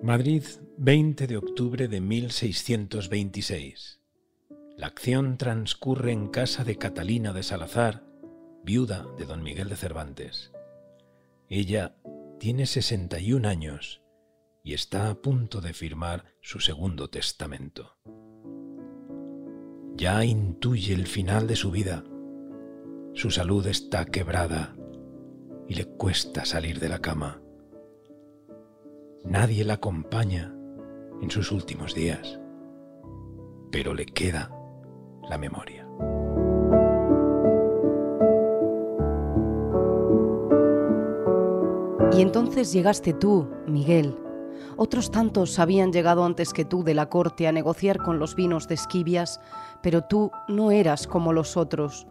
Madrid, 20 de octubre de 1626. La acción transcurre en casa de Catalina de Salazar, viuda de don Miguel de Cervantes. Ella tiene 61 años y está a punto de firmar su segundo testamento. Ya intuye el final de su vida. Su salud está quebrada y le cuesta salir de la cama. Nadie la acompaña en sus últimos días, pero le queda la memoria. Y entonces llegaste tú, Miguel. Otros tantos habían llegado antes que tú de la corte a negociar con los vinos de Esquivias, pero tú no eras como los otros.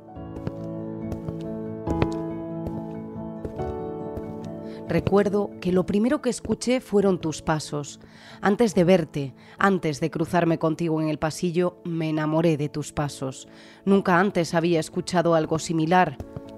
Recuerdo que lo primero que escuché fueron tus pasos. Antes de verte, antes de cruzarme contigo en el pasillo, me enamoré de tus pasos. Nunca antes había escuchado algo similar.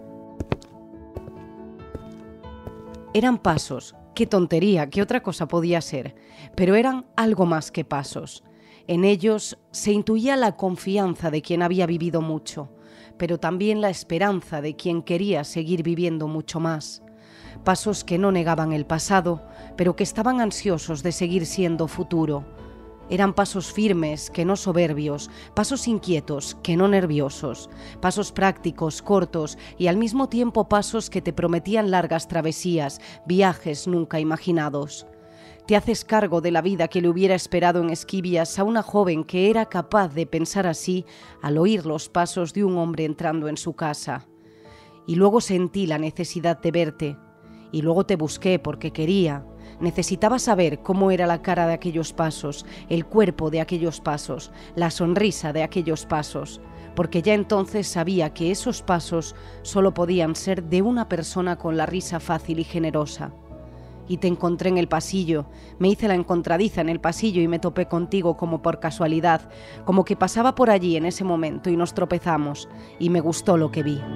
Eran pasos. Qué tontería, qué otra cosa podía ser. Pero eran algo más que pasos. En ellos se intuía la confianza de quien había vivido mucho, pero también la esperanza de quien quería seguir viviendo mucho más. Pasos que no negaban el pasado, pero que estaban ansiosos de seguir siendo futuro. Eran pasos firmes, que no soberbios, pasos inquietos, que no nerviosos, pasos prácticos, cortos y al mismo tiempo pasos que te prometían largas travesías, viajes nunca imaginados. Te haces cargo de la vida que le hubiera esperado en Esquivias a una joven que era capaz de pensar así al oír los pasos de un hombre entrando en su casa. Y luego sentí la necesidad de verte. Y luego te busqué porque quería. Necesitaba saber cómo era la cara de aquellos pasos, el cuerpo de aquellos pasos, la sonrisa de aquellos pasos, porque ya entonces sabía que esos pasos solo podían ser de una persona con la risa fácil y generosa. Y te encontré en el pasillo, me hice la encontradiza en el pasillo y me topé contigo como por casualidad, como que pasaba por allí en ese momento y nos tropezamos, y me gustó lo que vi.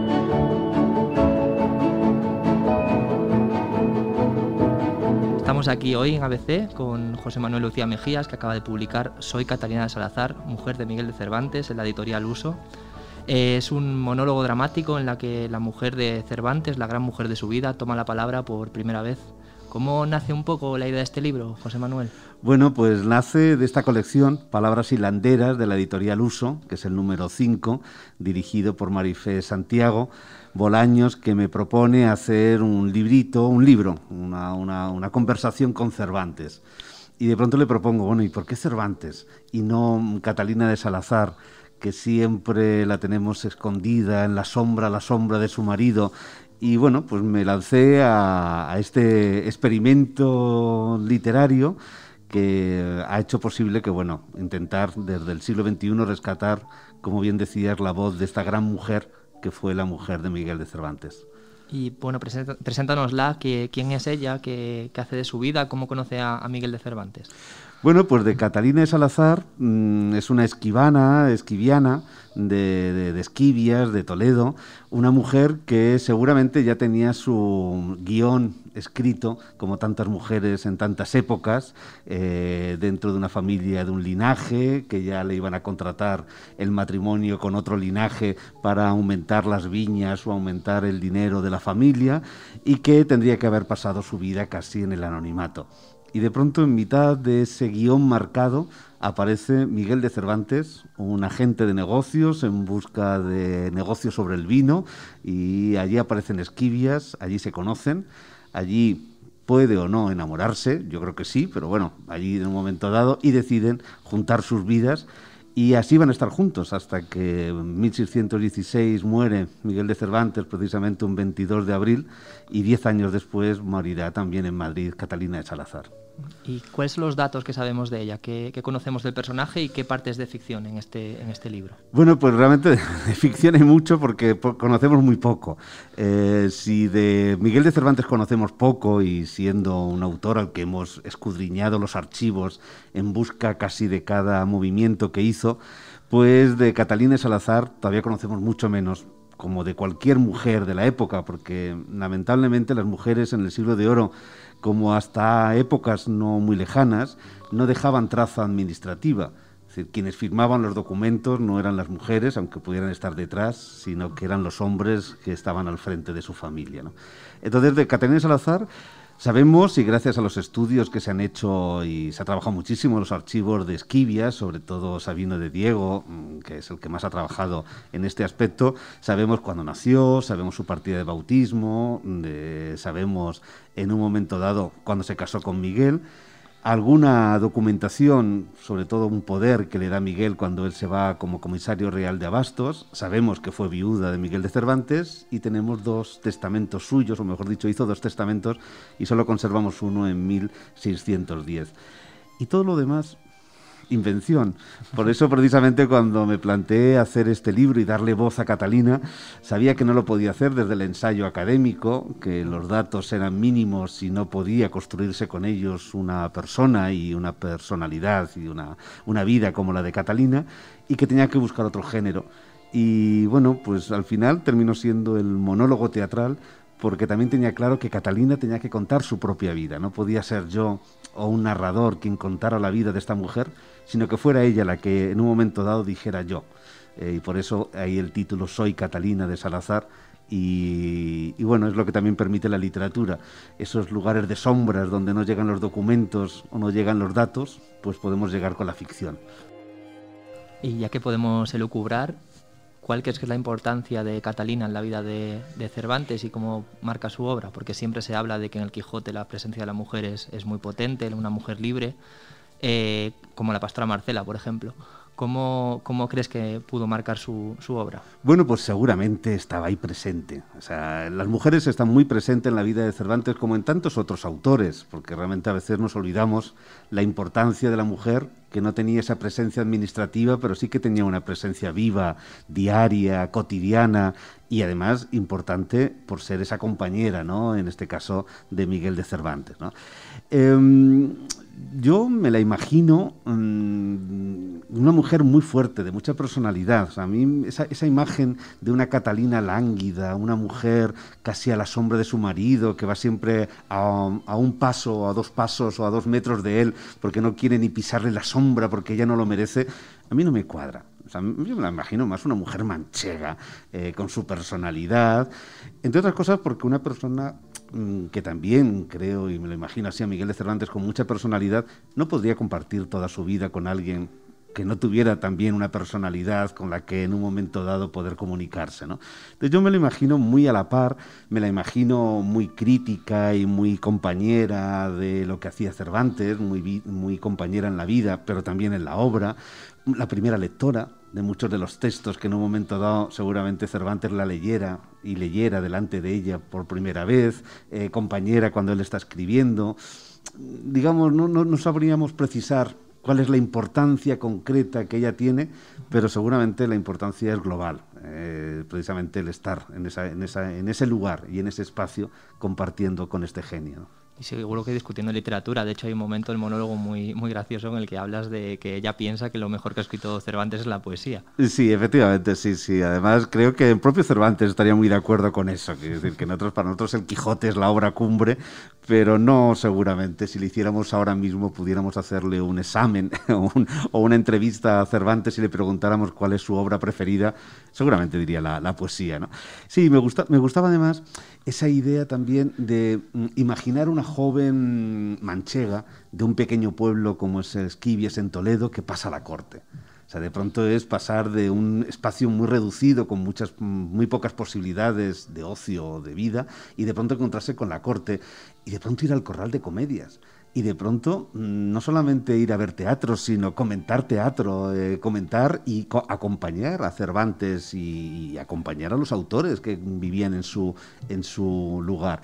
Estamos aquí hoy en ABC con José Manuel Lucía Mejías, que acaba de publicar Soy Catalina de Salazar, mujer de Miguel de Cervantes, en la editorial Uso. Es un monólogo dramático en la que la mujer de Cervantes, la gran mujer de su vida, toma la palabra por primera vez. ¿Cómo nace un poco la idea de este libro, José Manuel? Bueno, pues nace de esta colección, Palabras hilanderas, de la editorial Uso, que es el número 5, dirigido por Marifé Santiago Bolaños, que me propone hacer un libro, una conversación con Cervantes. Y de pronto le propongo, bueno, ¿y por qué Cervantes? Y no Catalina de Salazar, que siempre la tenemos escondida en la sombra de su marido. Y bueno, pues me lancé a este experimento literario que ha hecho posible que, bueno, intentar desde el siglo XXI rescatar, como bien decías, la voz de esta gran mujer que fue la mujer de Miguel de Cervantes. Y bueno, preséntanosla, quién es ella, qué hace de su vida, cómo conoce a Miguel de Cervantes. Bueno, pues de Catalina de Salazar, es una esquiviana de Esquivias, de Toledo, una mujer que seguramente ya tenía su guión escrito, como tantas mujeres en tantas épocas, dentro de una familia, de un linaje, que ya le iban a contratar el matrimonio con otro linaje para aumentar las viñas o aumentar el dinero de la familia, y que tendría que haber pasado su vida casi en el anonimato. Y de pronto, en mitad de ese guión marcado, aparece Miguel de Cervantes, un agente de negocios en busca de negocios sobre el vino, y allí aparecen Esquivias, allí se conocen, allí puede o no enamorarse, yo creo que sí, pero bueno, allí en un momento dado, y deciden juntar sus vidas, y así van a estar juntos hasta que en 1616 muere Miguel de Cervantes, precisamente un 22 de abril, y 10 años después morirá también en Madrid Catalina de Salazar. ¿Y cuáles son los datos que sabemos de ella? ¿Qué conocemos del personaje y qué partes de ficción en este libro? Bueno, pues realmente de ficción hay mucho porque conocemos muy poco. Si de Miguel de Cervantes conocemos poco, y siendo un autor al que hemos escudriñado los archivos en busca casi de cada movimiento que hizo, pues de Catalina de Salazar todavía conocemos mucho menos. como de cualquier mujer de la época, porque lamentablemente las mujeres en el Siglo de Oro, como hasta épocas no muy lejanas, no dejaban traza administrativa. Es decir, quienes firmaban los documentos no eran las mujeres, aunque pudieran estar detrás, sino que eran los hombres que estaban al frente de su familia, ¿no? Entonces, de Catalina de Salazar sabemos, y gracias a los estudios que se han hecho, y se ha trabajado muchísimo en los archivos de Esquivias, sobre todo Sabino de Diego, que es el que más ha trabajado en este aspecto, sabemos cuándo nació, sabemos su partida de bautismo, sabemos en un momento dado cuándo se casó con Miguel, alguna documentación, sobre todo un poder que le da Miguel cuando él se va como comisario real de Abastos. Sabemos que fue viuda de Miguel de Cervantes y tenemos 2 testamentos suyos, o mejor dicho, hizo 2 testamentos y solo conservamos uno en 1610. Y todo lo demás, invención. Por eso, precisamente, cuando me planteé hacer este libro y darle voz a Catalina, sabía que no lo podía hacer desde el ensayo académico, que los datos eran mínimos y no podía construirse con ellos una persona y una personalidad y una vida como la de Catalina, y que tenía que buscar otro género. Y bueno, pues al final terminó siendo el monólogo teatral, porque también tenía claro que Catalina tenía que contar su propia vida. No podía ser yo o un narrador quien contara la vida de esta mujer, sino que fuera ella la que en un momento dado dijera yo. Y por eso ahí el título Soy Catalina de Salazar. Y bueno, es lo que también permite la literatura. Esos lugares de sombras donde no llegan los documentos o no llegan los datos, pues podemos llegar con la ficción. Y ya que podemos elucubrar, ¿cuál crees que es la importancia de Catalina en la vida de Cervantes y cómo marca su obra? Porque siempre se habla de que en el Quijote la presencia de la mujer es muy potente, una mujer libre, como la pastora Marcela, por ejemplo. ¿Cómo crees que pudo marcar su obra? Bueno, pues seguramente estaba ahí presente. O sea, las mujeres están muy presentes en la vida de Cervantes como en tantos otros autores, porque realmente a veces nos olvidamos la importancia de la mujer, que no tenía esa presencia administrativa, pero sí que tenía una presencia viva, diaria, cotidiana, y además importante por ser esa compañera, ¿no? En este caso de Miguel de Cervantes, ¿no? Yo me la imagino una mujer muy fuerte, de mucha personalidad. O sea, a mí esa imagen de una Catalina lánguida, una mujer casi a la sombra de su marido, que va siempre a un paso, a 2 pasos o a 2 metros de él, porque no quiere ni pisarle la sombra porque ella no lo merece, a mí no me cuadra. O sea, yo me la imagino más una mujer manchega, con su personalidad, entre otras cosas porque una persona que también creo, y me lo imagino así a Miguel de Cervantes, con mucha personalidad, no podría compartir toda su vida con alguien que no tuviera también una personalidad con la que en un momento dado poder comunicarse, ¿no? Entonces yo me lo imagino muy a la par, me la imagino muy crítica y muy compañera de lo que hacía Cervantes, muy compañera en la vida, pero también en la obra, la primera lectora de muchos de los textos que en un momento dado seguramente Cervantes la leyera y leyera delante de ella por primera vez, compañera cuando él está escribiendo. Digamos, no sabríamos precisar cuál es la importancia concreta que ella tiene, pero seguramente la importancia es global, precisamente el estar en ese lugar y en ese espacio compartiendo con este genio, ¿no? Y seguro que discutiendo literatura. De hecho, hay un momento del monólogo muy gracioso en el que hablas de que ella piensa que lo mejor que ha escrito Cervantes es la poesía. Sí, efectivamente, sí. Además, creo que el propio Cervantes estaría muy de acuerdo con eso. Es decir, que para nosotros el Quijote es la obra cumbre, pero no seguramente. Si le hiciéramos ahora mismo, pudiéramos hacerle un examen o una entrevista a Cervantes y le preguntáramos cuál es su obra preferida, seguramente diría la poesía, ¿no? Sí, me gustaba además esa idea también de imaginar una joven manchega de un pequeño pueblo como es Esquivias en Toledo que pasa a la corte. O sea, de pronto es pasar de un espacio muy reducido con muy pocas posibilidades de ocio o de vida y de pronto encontrarse con la corte y de pronto ir al corral de comedias. Y de pronto, no solamente ir a ver teatro, sino comentar teatro, comentar y acompañar a Cervantes y acompañar a los autores que vivían en su lugar.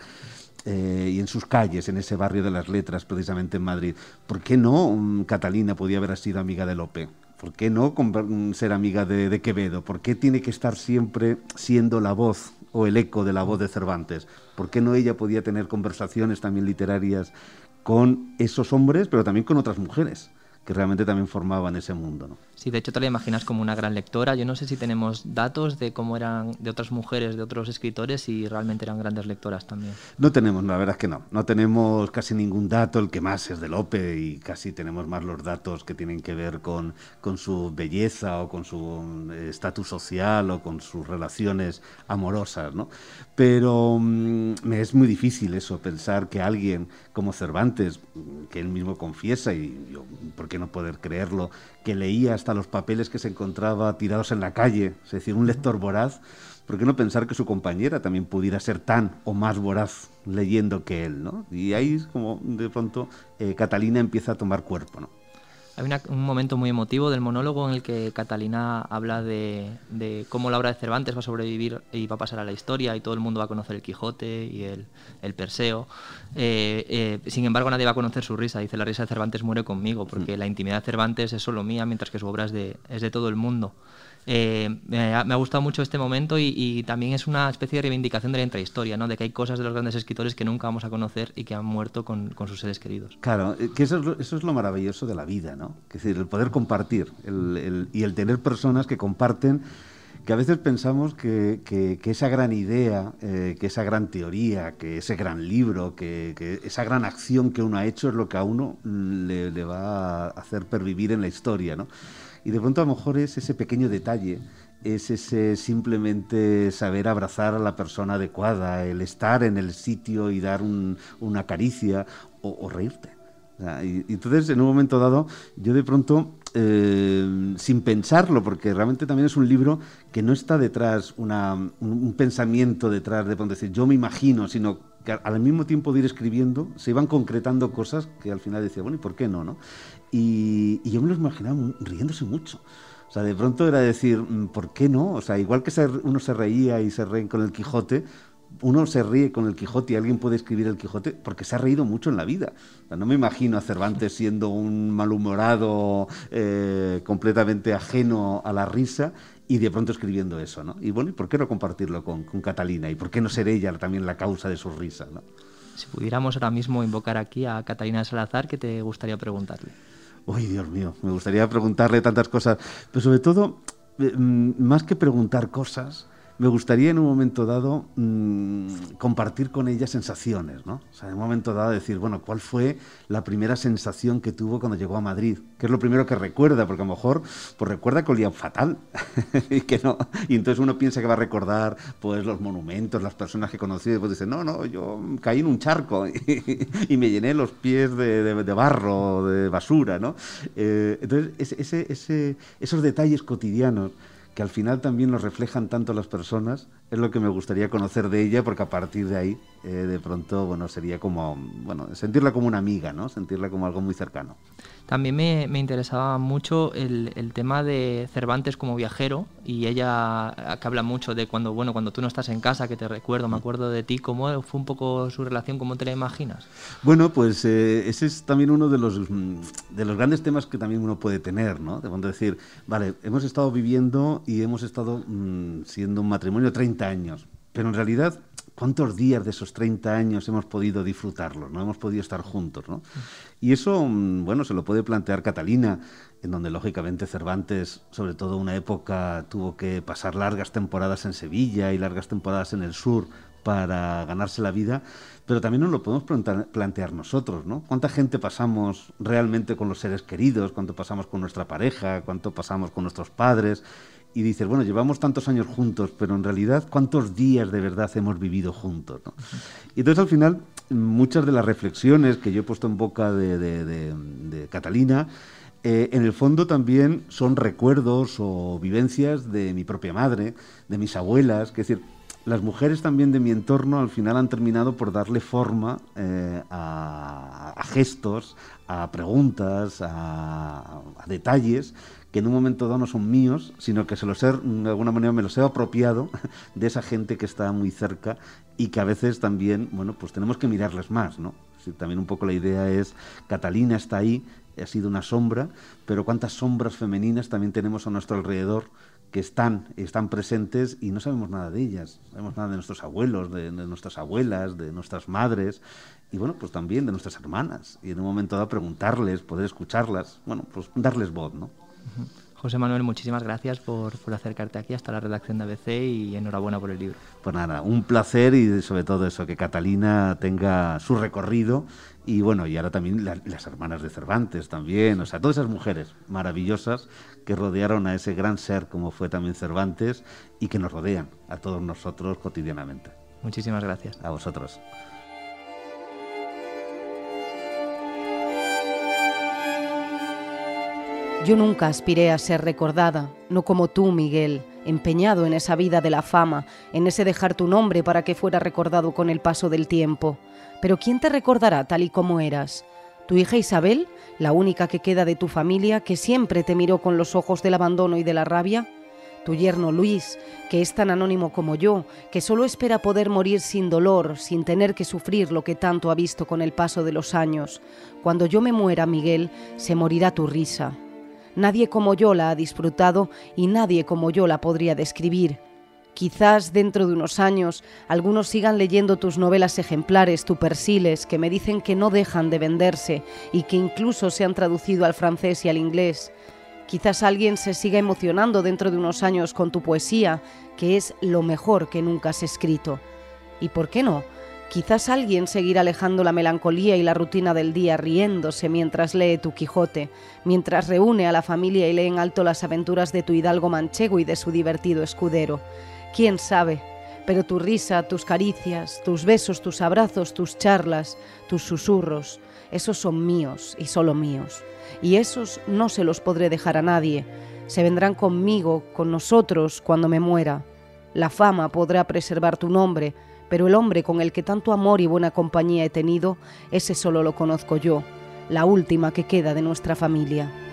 Y en sus calles, en ese barrio de las letras, precisamente en Madrid. ¿Por qué no Catalina podía haber sido amiga de Lope? ¿Por qué no ser amiga de Quevedo? ¿Por qué tiene que estar siempre siendo la voz o el eco de la voz de Cervantes? ¿Por qué no ella podía tener conversaciones también literarias con esos hombres, pero también con otras mujeres que realmente también formaban ese mundo, ¿no? Sí, de hecho te la imaginas como una gran lectora. Yo no sé si tenemos datos de cómo eran de otras mujeres, de otros escritores, y realmente eran grandes lectoras también. No tenemos, la verdad es que no. No tenemos casi ningún dato, el que más es de Lope, y casi tenemos más los datos que tienen que ver con su belleza o con su estatus social o con sus relaciones amorosas, ¿no? Pero me es muy difícil eso, pensar que alguien como Cervantes, que él mismo confiesa, y yo, ¿por qué no poder creerlo?, que leía hasta los papeles que se encontraba tirados en la calle, es decir, un lector voraz. ¿Por qué no pensar que su compañera también pudiera ser tan o más voraz leyendo que él, ¿no? Y ahí es como de pronto Catalina empieza a tomar cuerpo, ¿no? Hay un momento muy emotivo del monólogo en el que Catalina habla de cómo la obra de Cervantes va a sobrevivir y va a pasar a la historia, y todo el mundo va a conocer el Quijote y el Perseo. Sin embargo, nadie va a conocer su risa. Dice: la risa de Cervantes muere conmigo, porque la intimidad de Cervantes es solo mía, mientras que su obra es de todo el mundo. Me ha gustado mucho este momento, y también es una especie de reivindicación de la intrahistoria, ¿no? De que hay cosas de los grandes escritores que nunca vamos a conocer y que han muerto con sus seres queridos. Claro, que eso es lo maravilloso de la vida, ¿no? Es decir, el poder compartir y el tener personas que comparten, que a veces pensamos que esa gran idea, que esa gran teoría, que ese gran libro, que esa gran acción que uno ha hecho es lo que a uno le va a hacer pervivir en la historia, ¿no? Y de pronto a lo mejor es ese pequeño detalle, es ese simplemente saber abrazar a la persona adecuada, el estar en el sitio y dar una caricia o reírte. O sea, y entonces, en un momento dado, yo de pronto, sin pensarlo, porque realmente también es un libro que no está detrás un pensamiento detrás de pronto decir, yo me imagino, sino que al mismo tiempo de ir escribiendo, se iban concretando cosas que al final decía, bueno, ¿y por qué no, no? Y yo me los imaginaba riéndose mucho. O sea, de pronto era decir, ¿por qué no? O sea, igual que uno se reía y se ríe con el Quijote, uno se ríe con el Quijote y alguien puede escribir el Quijote porque se ha reído mucho en la vida. O sea, no me imagino a Cervantes siendo un malhumorado completamente ajeno a la risa y de pronto escribiendo eso, ¿no? Y bueno, ¿y por qué no compartirlo con Catalina? ¿Y por qué no ser ella también la causa de su risa, ¿no? Si pudiéramos ahora mismo invocar aquí a Catalina de Salazar, ¿qué te gustaría preguntarle? Uy, Dios mío, me gustaría preguntarle tantas cosas, pero sobre todo, más que preguntar cosas, me gustaría en un momento dado compartir con ella sensaciones, ¿no? O sea, en un momento dado decir, bueno, ¿cuál fue la primera sensación que tuvo cuando llegó a Madrid? ¿Qué es lo primero que recuerda? Porque a lo mejor pues recuerda que olía fatal y que no. Y entonces uno piensa que va a recordar pues los monumentos, las personas que conocí, y después dice, no, yo caí en un charco y me llené los pies de barro, de basura, ¿no? Entonces, esos detalles cotidianos que al final también nos reflejan tanto las personas, es lo que me gustaría conocer de ella, porque a partir de ahí, de pronto, bueno, sería como, bueno, sentirla como una amiga, ¿no? Sentirla como algo muy cercano. También me interesaba mucho el tema de Cervantes como viajero, y ella, que habla mucho de cuando tú no estás en casa, que te recuerdo, me acuerdo de ti. ¿Cómo fue un poco su relación? ¿Cómo te la imaginas? Bueno, pues ese es también uno de los grandes temas que también uno puede tener, ¿no? De pronto decir, vale, hemos estado viviendo y hemos estado siendo un matrimonio 30 años, pero en realidad, ¿cuántos días de esos 30 años hemos podido disfrutarlos, no hemos podido estar juntos, ¿no? Y eso, bueno, se lo puede plantear Catalina, en donde lógicamente Cervantes, sobre todo una época, tuvo que pasar largas temporadas en Sevilla y largas temporadas en el sur para ganarse la vida, pero también nos lo podemos plantear nosotros, ¿no? ¿Cuánta gente pasamos realmente con los seres queridos? ¿Cuánto pasamos con nuestra pareja? ¿Cuánto pasamos con nuestros padres? Y dices, bueno, llevamos tantos años juntos, pero en realidad, ¿cuántos días de verdad hemos vivido juntos, ¿no? Y entonces, al final, muchas de las reflexiones que yo he puesto en boca de Catalina, en el fondo también son recuerdos o vivencias de mi propia madre, de mis abuelas, que es decir, las mujeres también de mi entorno al final han terminado por darle forma a gestos, a preguntas, a detalles que en un momento dado no son míos, sino que de alguna manera me los he apropiado de esa gente que está muy cerca y que a veces también, bueno, pues tenemos que mirarles más, ¿no? También un poco la idea es, Catalina está ahí, ha sido una sombra, pero cuántas sombras femeninas también tenemos a nuestro alrededor que están presentes y no sabemos nada de ellas. No sabemos nada de nuestros abuelos, de nuestras abuelas, de nuestras madres y bueno, pues también de nuestras hermanas. Y en un momento dado preguntarles, poder escucharlas, bueno, pues darles voz, ¿no? José Manuel, muchísimas gracias por acercarte aquí hasta la redacción de ABC y enhorabuena por el libro. Pues nada, un placer y sobre todo eso, que Catalina tenga su recorrido y bueno, y ahora también las hermanas de Cervantes también, o sea, todas esas mujeres maravillosas que rodearon a ese gran ser como fue también Cervantes y que nos rodean a todos nosotros cotidianamente. Muchísimas gracias. A vosotros. Yo nunca aspiré a ser recordada, no como tú, Miguel, empeñado en esa vida de la fama, en ese dejar tu nombre para que fuera recordado con el paso del tiempo. Pero ¿quién te recordará tal y como eras? ¿Tu hija Isabel, la única que queda de tu familia, que siempre te miró con los ojos del abandono y de la rabia? ¿Tu yerno Luis, que es tan anónimo como yo, que solo espera poder morir sin dolor, sin tener que sufrir lo que tanto ha visto con el paso de los años? Cuando yo me muera, Miguel, se morirá tu risa. Nadie como yo la ha disfrutado y nadie como yo la podría describir. Quizás dentro de unos años algunos sigan leyendo tus novelas ejemplares, tu Persiles, que me dicen que no dejan de venderse y que incluso se han traducido al francés y al inglés. Quizás alguien se siga emocionando dentro de unos años con tu poesía, que es lo mejor que nunca has escrito. ¿Y por qué no? Quizás alguien seguirá alejando la melancolía y la rutina del día riéndose mientras lee tu Quijote, mientras reúne a la familia y lee en alto las aventuras de tu hidalgo manchego y de su divertido escudero. ¿Quién sabe? Pero tu risa, tus caricias, tus besos, tus abrazos, tus charlas, tus susurros, esos son míos y solo míos. Y esos no se los podré dejar a nadie. Se vendrán conmigo, con nosotros, cuando me muera. La fama podrá preservar tu nombre, pero el hombre con el que tanto amor y buena compañía he tenido, ese solo lo conozco yo, la última que queda de nuestra familia.